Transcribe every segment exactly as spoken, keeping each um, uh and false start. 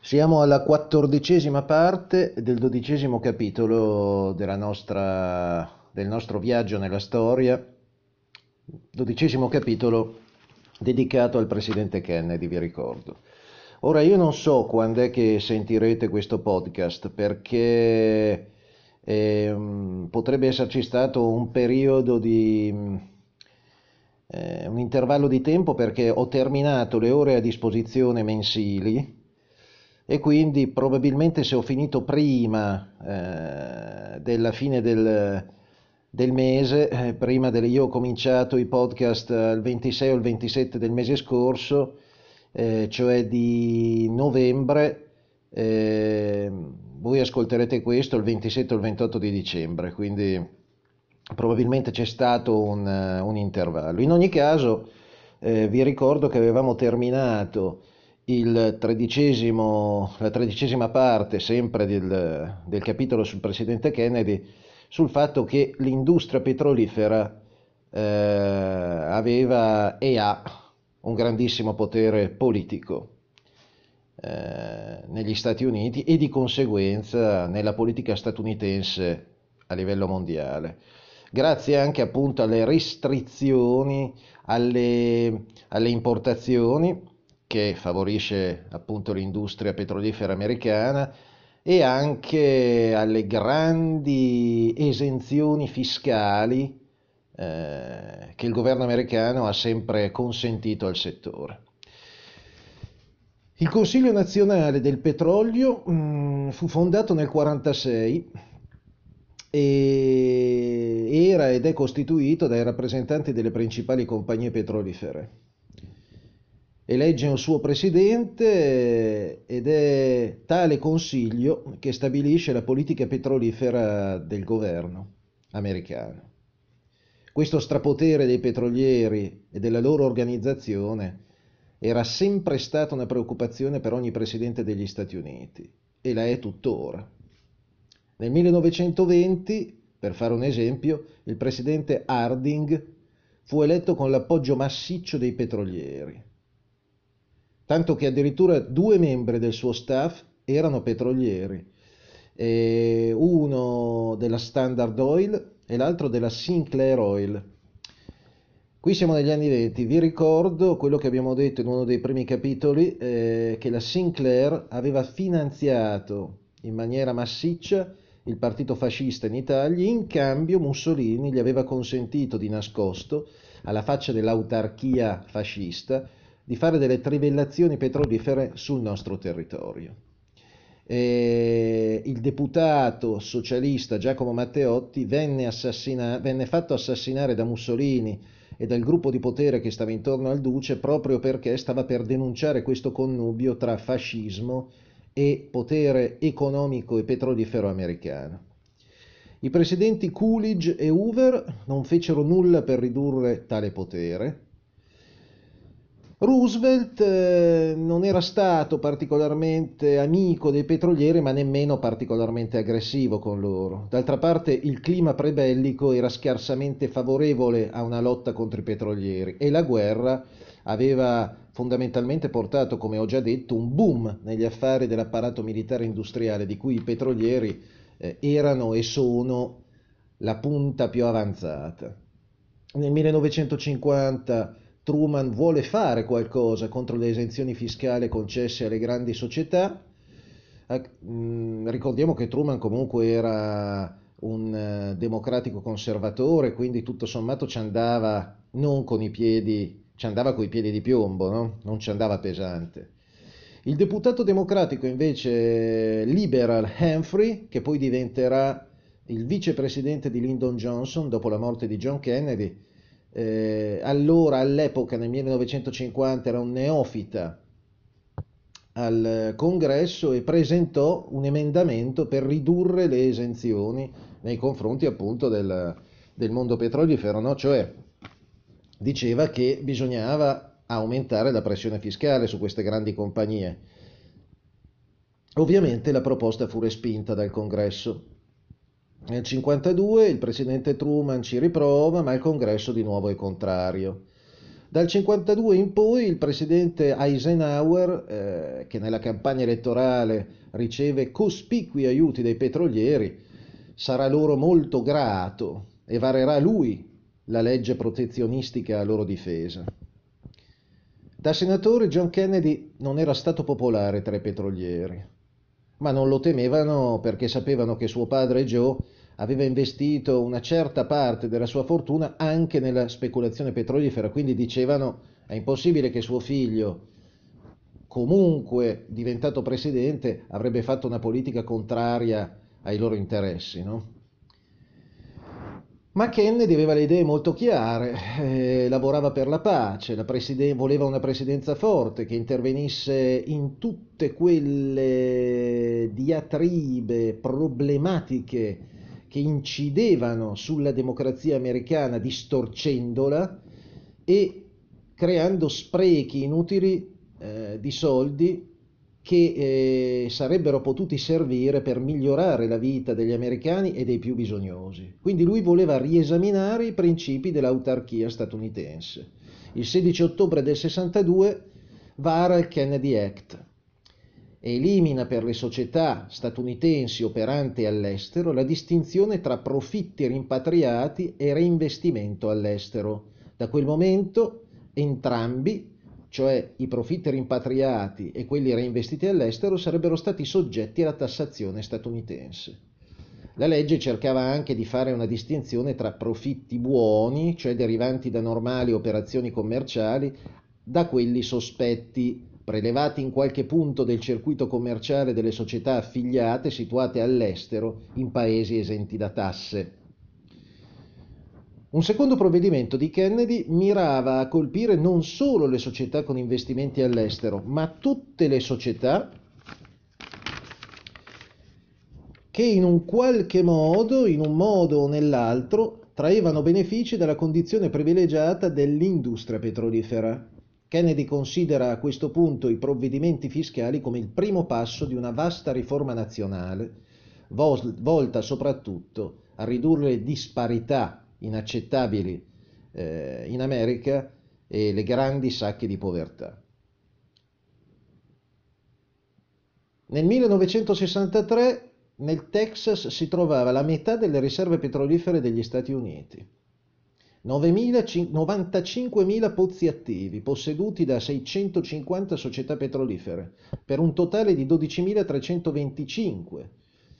Siamo alla quattordicesima parte del dodicesimo capitolo della nostra, del nostro viaggio nella storia, dodicesimo capitolo dedicato al presidente Kennedy, vi ricordo. Ora io non so quando è che sentirete questo podcast perché ehm, potrebbe esserci stato un periodo di eh, un intervallo di tempo perché ho terminato le ore a disposizione mensili e quindi probabilmente se ho finito prima eh, della fine del, del mese, eh, prima del, io ho cominciato i podcast il ventisei o il ventisette del mese scorso, eh, cioè di novembre, eh, voi ascolterete questo il ventisette o il ventotto di dicembre, quindi probabilmente c'è stato un, un intervallo. In ogni caso, eh, vi ricordo che avevamo terminato il tredicesimo, la tredicesima parte sempre del, del capitolo sul presidente Kennedy, sul fatto che l'industria petrolifera eh, aveva e ha un grandissimo potere politico eh, negli Stati Uniti e di conseguenza nella politica statunitense a livello mondiale, grazie anche appunto alle restrizioni alle, alle importazioni che favorisce appunto l'industria petrolifera americana e anche alle grandi esenzioni fiscali eh, che il governo americano ha sempre consentito al settore. Il Consiglio nazionale del petrolio mh, fu fondato nel millenovecentoquarantasei e era ed è costituito dai rappresentanti delle principali compagnie petrolifere. Elegge un suo presidente ed è tale consiglio che stabilisce la politica petrolifera del governo americano. Questo strapotere dei petrolieri e della loro organizzazione era sempre stata una preoccupazione per ogni presidente degli Stati Uniti e la è tuttora. Nel millenovecentoventi, per fare un esempio, il presidente Harding fu eletto con l'appoggio massiccio dei petrolieri, tanto che addirittura due membri del suo staff erano petrolieri, e uno della Standard Oil e l'altro della Sinclair Oil. Qui siamo negli anni venti, vi ricordo quello che abbiamo detto in uno dei primi capitoli, eh, che la Sinclair aveva finanziato in maniera massiccia il partito fascista in Italia, in cambio Mussolini gli aveva consentito di nascosto, alla faccia dell'autarchia fascista, di fare delle trivellazioni petrolifere sul nostro territorio. E il deputato socialista Giacomo Matteotti venne, assassina- venne fatto assassinare da Mussolini e dal gruppo di potere che stava intorno al duce proprio perché stava per denunciare questo connubio tra fascismo e potere economico e petrolifero americano. I presidenti Coolidge e Hoover non fecero nulla per ridurre tale potere. Roosevelt eh, non era stato particolarmente amico dei petrolieri, ma nemmeno particolarmente aggressivo con loro. D'altra parte, il clima prebellico era scarsamente favorevole a una lotta contro i petrolieri e la guerra aveva fondamentalmente portato, come ho già detto, un boom negli affari dell'apparato militare industriale, di cui i petrolieri eh, erano e sono la punta più avanzata. Nel millenovecentocinquanta Truman vuole fare qualcosa contro le esenzioni fiscali concesse alle grandi società. Ricordiamo che Truman comunque era un eh, democratico conservatore, quindi tutto sommato ci andava non con i piedi, ci andava coi piedi di piombo, no? Non ci andava pesante. Il deputato democratico invece liberal Humphrey, che poi diventerà il vicepresidente di Lyndon Johnson dopo la morte di John Kennedy, eh, allora all'epoca nel millenovecentocinquanta era un neofita al congresso e presentò un emendamento per ridurre le esenzioni nei confronti appunto del, del mondo petrolifero, no? Cioè diceva che bisognava aumentare la pressione fiscale su queste grandi compagnie. Ovviamente la proposta fu respinta dal congresso. Nel cinquantadue il presidente Truman ci riprova, ma il congresso di nuovo è contrario. Dal cinquantadue in poi il presidente Eisenhower, eh, che nella campagna elettorale riceve cospicui aiuti dai petrolieri, sarà loro molto grato e varerà lui la legge protezionistica a loro difesa. Da senatore John Kennedy non era stato popolare tra i petrolieri, ma non lo temevano perché sapevano che suo padre Joe aveva investito una certa parte della sua fortuna anche nella speculazione petrolifera, quindi dicevano è impossibile che suo figlio, comunque diventato presidente, avrebbe fatto una politica contraria ai loro interessi, no? Ma Kennedy aveva le idee molto chiare, eh, lavorava per la pace, la presiden- voleva una presidenza forte che intervenisse in tutte quelle diatribe problematiche che incidevano sulla democrazia americana, distorcendola e creando sprechi inutili eh, di soldi che eh, sarebbero potuti servire per migliorare la vita degli americani e dei più bisognosi. Quindi lui voleva riesaminare i principi dell'autarchia statunitense. Il sedici ottobre del sessantadue vara il Kennedy Act, elimina per le società statunitensi operanti all'estero la distinzione tra profitti rimpatriati e reinvestimento all'estero. Da quel momento entrambi, cioè i profitti rimpatriati e quelli reinvestiti all'estero, sarebbero stati soggetti alla tassazione statunitense. La legge cercava anche di fare una distinzione tra profitti buoni, cioè derivanti da normali operazioni commerciali, da quelli sospetti, prelevati in qualche punto del circuito commerciale delle società affiliate situate all'estero in paesi esenti da tasse. Un secondo provvedimento di Kennedy mirava a colpire non solo le società con investimenti all'estero, ma tutte le società che in un qualche modo, in un modo o nell'altro, traevano benefici dalla condizione privilegiata dell'industria petrolifera. Kennedy considera a questo punto i provvedimenti fiscali come il primo passo di una vasta riforma nazionale, volta soprattutto a ridurre le disparità inaccettabili eh, in America e le grandi sacche di povertà. Nel millenovecentosessantatré nel Texas si trovava la metà delle riserve petrolifere degli Stati Uniti, novantacinquemila pozzi attivi posseduti da seicentocinquanta società petrolifere, per un totale di dodicimilatrecentoventicinque.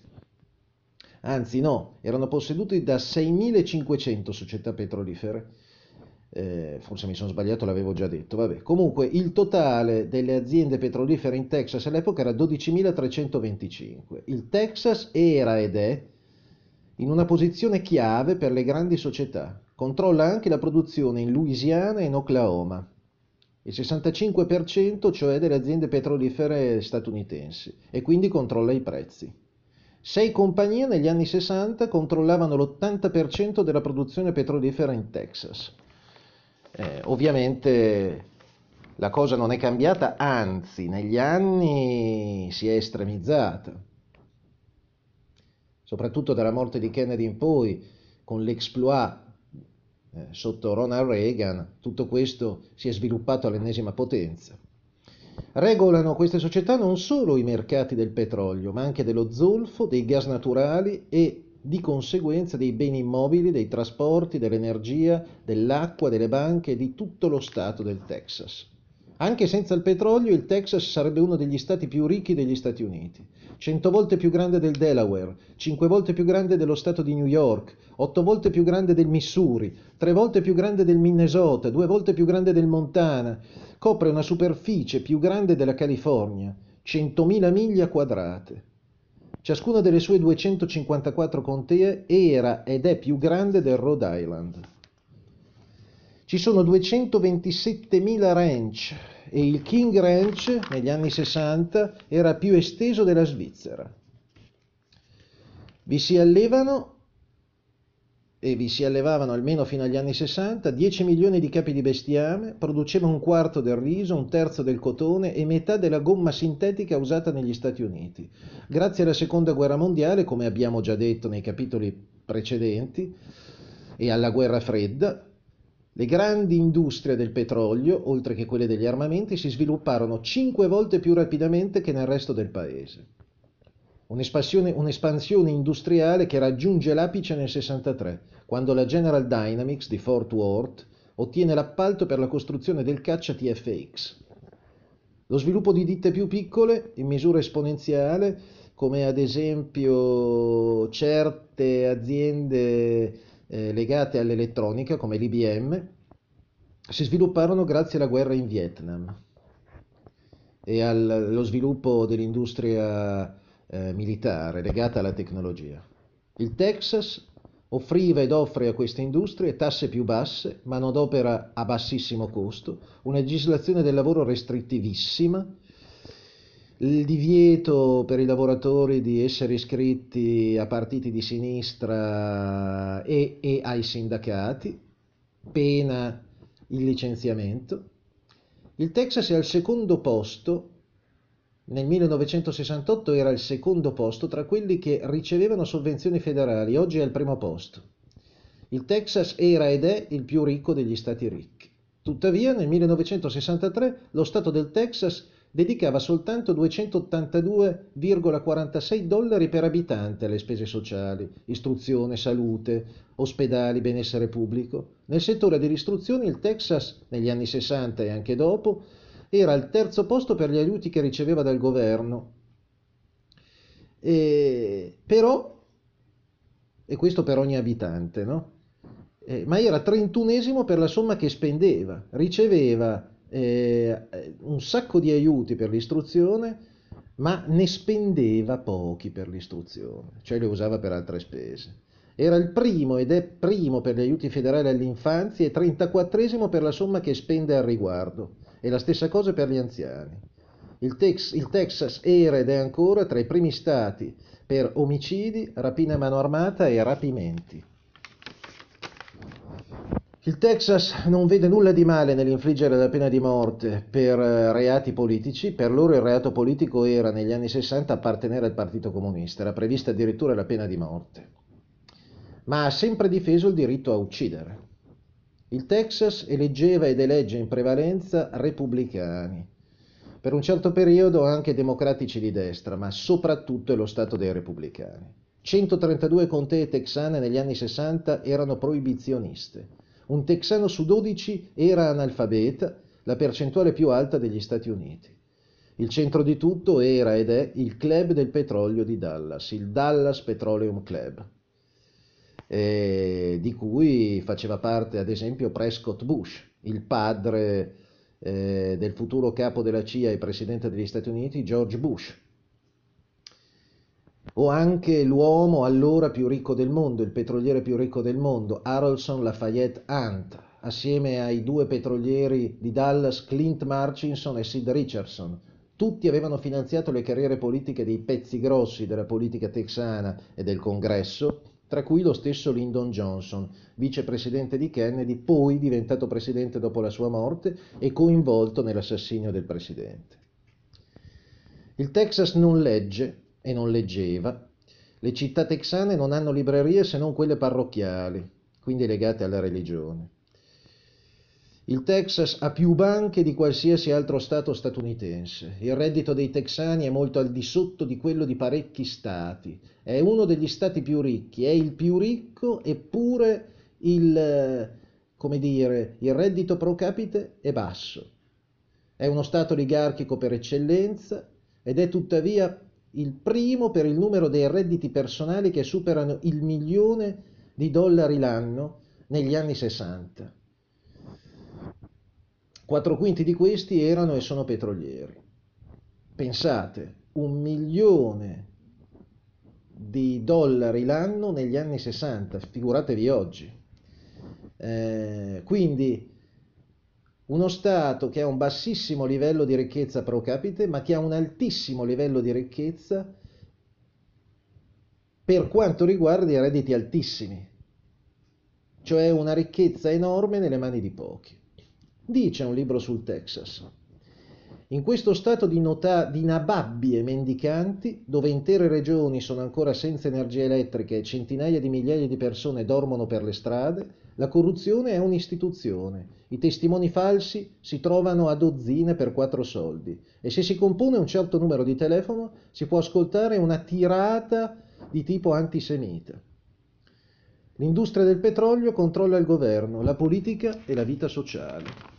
Anzi no, erano posseduti da seimilacinquecento società petrolifere, eh, forse mi sono sbagliato, l'avevo già detto, vabbè. Comunque il totale delle aziende petrolifere in Texas all'epoca era dodicimilatrecentoventicinque. Il Texas era ed è in una posizione chiave per le grandi società, controlla anche la produzione in Louisiana e in Oklahoma, il sessantacinque per cento cioè delle aziende petrolifere statunitensi, e quindi controlla i prezzi. Sei compagnie negli anni sessanta controllavano l'ottanta per cento della produzione petrolifera in Texas. Eh, ovviamente la cosa non è cambiata, anzi negli anni si è estremizzata, soprattutto dalla morte di Kennedy in poi, con l'exploit eh, sotto Ronald Reagan, tutto questo si è sviluppato all'ennesima potenza. Regolano queste società non solo i mercati del petrolio, ma anche dello zolfo, dei gas naturali e di conseguenza dei beni immobili, dei trasporti, dell'energia, dell'acqua, delle banche e di tutto lo stato del Texas. Anche senza il petrolio il Texas sarebbe uno degli stati più ricchi degli Stati Uniti, cento volte più grande del Delaware, cinque volte più grande dello stato di New York, otto volte più grande del Missouri, tre volte più grande del Minnesota, due volte più grande del Montana, copre una superficie più grande della California, centomila miglia quadrate. Ciascuna delle sue duecentocinquantaquattro contee era ed è più grande del Rhode Island. Ci sono duecentoventisettemila ranch e il King Ranch negli anni sessanta era più esteso della Svizzera. Vi si allevano e vi si allevavano almeno fino agli anni sessanta dieci milioni di capi di bestiame, produceva un quarto del riso, un terzo del cotone e metà della gomma sintetica usata negli Stati Uniti. Grazie alla seconda guerra mondiale, come abbiamo già detto nei capitoli precedenti, e alla guerra fredda, Le grandi industrie del petrolio, oltre che quelle degli armamenti, si svilupparono cinque volte più rapidamente che nel resto del paese. Un'espansione, un'espansione industriale che raggiunge l'apice nel sessantatré, quando la General Dynamics di Fort Worth ottiene l'appalto per la costruzione del caccia T F X. Lo sviluppo di ditte più piccole, in misura esponenziale, come ad esempio certe aziende eh, legate all'elettronica, come l'I B M, si svilupparono grazie alla guerra in Vietnam e allo sviluppo dell'industria eh, militare legata alla tecnologia. Il Texas offriva ed offre a queste industrie tasse più basse, manodopera a bassissimo costo, una legislazione del lavoro restrittivissima, il divieto per i lavoratori di essere iscritti a partiti di sinistra e, e ai sindacati, pena il licenziamento. Il Texas è al secondo posto, nel millenovecentosessantotto era al secondo posto tra quelli che ricevevano sovvenzioni federali, oggi è al primo posto. Il Texas era ed è il più ricco degli stati ricchi. Tuttavia nel millenovecentosessantatré lo stato del Texas dedicava soltanto duecentottantadue virgola quarantasei dollari per abitante alle spese sociali, istruzione, salute, ospedali, benessere pubblico. Nel settore dell'istruzione il Texas, negli anni sessanta e anche dopo, era al terzo posto per gli aiuti che riceveva dal governo. E, però, e questo per ogni abitante, no? Eh, ma era trentunesimo per la somma che spendeva, riceveva eh, un sacco di aiuti per l'istruzione, ma ne spendeva pochi per l'istruzione, cioè le usava per altre spese. Era il primo ed è primo per gli aiuti federali all'infanzia e trentaquattresimo per la somma che spende al riguardo. E la stessa cosa per gli anziani. Il, Tex, il Texas era ed è ancora tra i primi stati per omicidi, rapina a mano armata e rapimenti. Il Texas non vede nulla di male nell'infliggere la pena di morte per reati politici. Per loro il reato politico era negli anni sessanta appartenere al Partito Comunista, era prevista addirittura la pena di morte. Ma ha sempre difeso il diritto a uccidere. Il Texas eleggeva ed elegge in prevalenza repubblicani, per un certo periodo anche democratici di destra, ma soprattutto è lo stato dei repubblicani. centotrentadue contee texane negli anni sessanta erano proibizioniste. Un texano su dodici era analfabeta, la percentuale più alta degli Stati Uniti. Il centro di tutto era ed è il club del petrolio di Dallas, il Dallas Petroleum Club, eh, di cui faceva parte ad esempio Prescott Bush, il padre eh, del futuro capo della C I A e presidente degli Stati Uniti, George Bush, o anche l'uomo allora più ricco del mondo, il petroliere più ricco del mondo, Harrelson Lafayette Hunt, assieme ai due petrolieri di Dallas, Clint Murchison e Sid Richardson. Tutti avevano finanziato le carriere politiche dei pezzi grossi della politica texana e del Congresso, tra cui lo stesso Lyndon Johnson, vicepresidente di Kennedy, poi diventato presidente dopo la sua morte e coinvolto nell'assassinio del presidente. Il Texas non legge e non leggeva. Le città texane non hanno librerie se non quelle parrocchiali, quindi legate alla religione. Il Texas ha più banche di qualsiasi altro stato statunitense. Il reddito dei texani è molto al di sotto di quello di parecchi stati. È uno degli stati più ricchi, è il più ricco, eppure il, come dire, il reddito pro capite è basso. È uno stato oligarchico per eccellenza ed è tuttavia il primo per il numero dei redditi personali che superano il milione di dollari l'anno negli anni sessanta. Quattro quinti di questi erano e sono petrolieri. Pensate, un milione di dollari l'anno negli anni sessanta, figuratevi oggi. Eh, quindi uno Stato che ha un bassissimo livello di ricchezza pro capite, ma che ha un altissimo livello di ricchezza per quanto riguarda i redditi altissimi, cioè una ricchezza enorme nelle mani di pochi. Dice un libro sul Texas: In questo stato di, nota- di nababbie mendicanti, dove intere regioni sono ancora senza energia elettrica e centinaia di migliaia di persone dormono per le strade, la corruzione è un'istituzione. I testimoni falsi si trovano a dozzine per quattro soldi e se si compone un certo numero di telefono si può ascoltare una tirata di tipo antisemita. L'industria del petrolio controlla il governo, la politica e la vita sociale.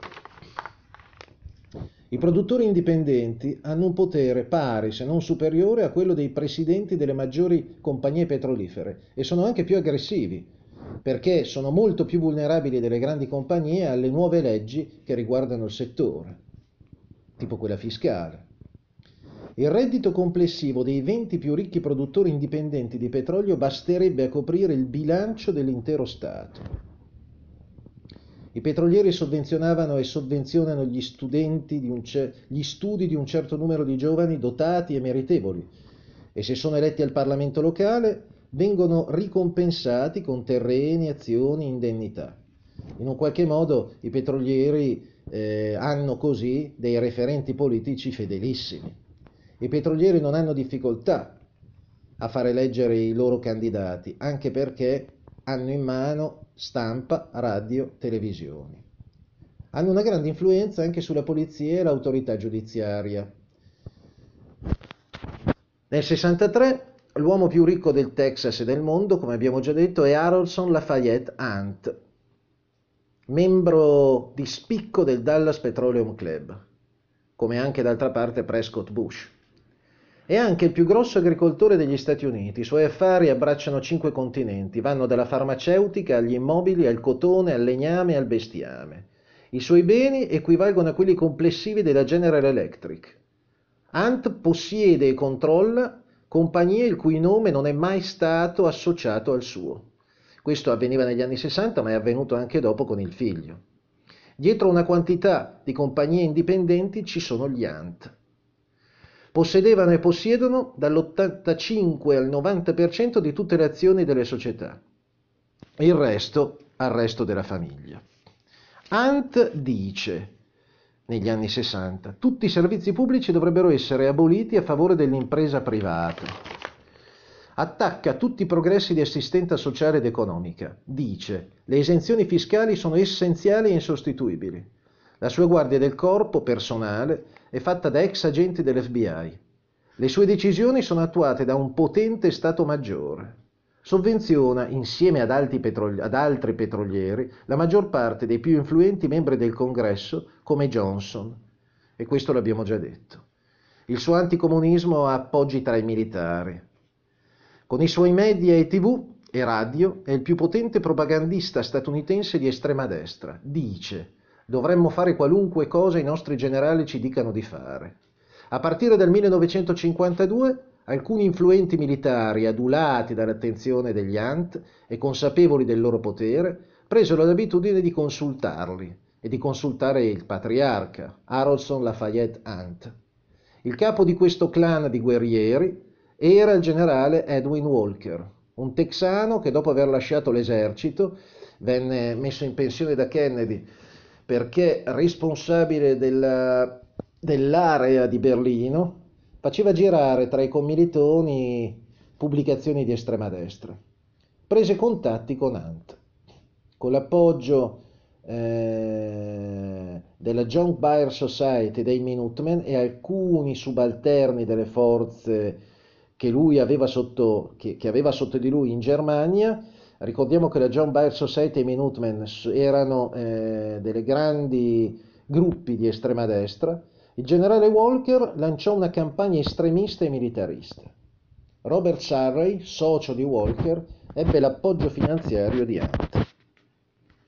I produttori indipendenti hanno un potere pari, se non superiore, a quello dei presidenti delle maggiori compagnie petrolifere e sono anche più aggressivi, perché sono molto più vulnerabili delle grandi compagnie alle nuove leggi che riguardano il settore, tipo quella fiscale. Il reddito complessivo dei venti più ricchi produttori indipendenti di petrolio basterebbe a coprire il bilancio dell'intero Stato. I petrolieri sovvenzionavano e sovvenzionano gli, studenti di un gli studi di un certo numero di giovani dotati e meritevoli e se sono eletti al Parlamento locale vengono ricompensati con terreni, azioni, indennità. In un qualche modo i petrolieri eh, hanno così dei referenti politici fedelissimi. I petrolieri non hanno difficoltà a far eleggere i loro candidati, anche perché hanno in mano stampa, radio, televisioni. Hanno una grande influenza anche sulla polizia e l'autorità giudiziaria. Nel sessantatré l'uomo più ricco del Texas e del mondo, come abbiamo già detto, è Harrelson Lafayette Hunt, membro di spicco del Dallas Petroleum Club, come anche d'altra parte Prescott Bush. È anche il più grosso agricoltore degli Stati Uniti, i suoi affari abbracciano cinque continenti, vanno dalla farmaceutica agli immobili, al cotone, al legname e al bestiame. I suoi beni equivalgono a quelli complessivi della General Electric. Hunt possiede e controlla compagnie il cui nome non è mai stato associato al suo. Questo avveniva negli anni sessanta, ma è avvenuto anche dopo con il figlio. Dietro una quantità di compagnie indipendenti ci sono gli Hunt. Possedevano e possiedono dall'ottantacinque al novanta per cento di tutte le azioni delle società. Il resto al resto della famiglia. Hunt dice, negli anni sessanta, tutti i servizi pubblici dovrebbero essere aboliti a favore dell'impresa privata. Attacca tutti i progressi di assistenza sociale ed economica. Dice, le esenzioni fiscali sono essenziali e insostituibili. La sua guardia del corpo personale è fatta da ex agenti dell'F B I. Le sue decisioni sono attuate da un potente Stato Maggiore. Sovvenziona, insieme ad altri, petroli- ad altri petrolieri, la maggior parte dei più influenti membri del Congresso, come Johnson. E questo l'abbiamo già detto. Il suo anticomunismo ha appoggi tra i militari. Con i suoi media e tivù e radio è il più potente propagandista statunitense di estrema destra. Dice: dovremmo fare qualunque cosa i nostri generali ci dicano di fare. A partire dal millenovecentocinquantadue, alcuni influenti militari, adulati dall'attenzione degli Hunt e consapevoli del loro potere, presero l'abitudine di consultarli e di consultare il patriarca, Harrelson Lafayette Hunt. Il capo di questo clan di guerrieri era il generale Edwin Walker, un texano che dopo aver lasciato l'esercito venne messo in pensione da Kennedy perché responsabile della, dell'area di Berlino faceva girare tra i commilitoni pubblicazioni di estrema destra. Prese contatti con Hunt. Con l'appoggio eh, della John Birch Society dei Minutemen e alcuni subalterni delle forze che lui aveva sotto, che, che aveva sotto di lui in Germania. Ricordiamo che la John Birch Society e i Minutemen erano eh, delle grandi gruppi di estrema destra. Il generale Walker lanciò una campagna estremista e militarista. Robert Surrey, socio di Walker, ebbe l'appoggio finanziario di Hunt.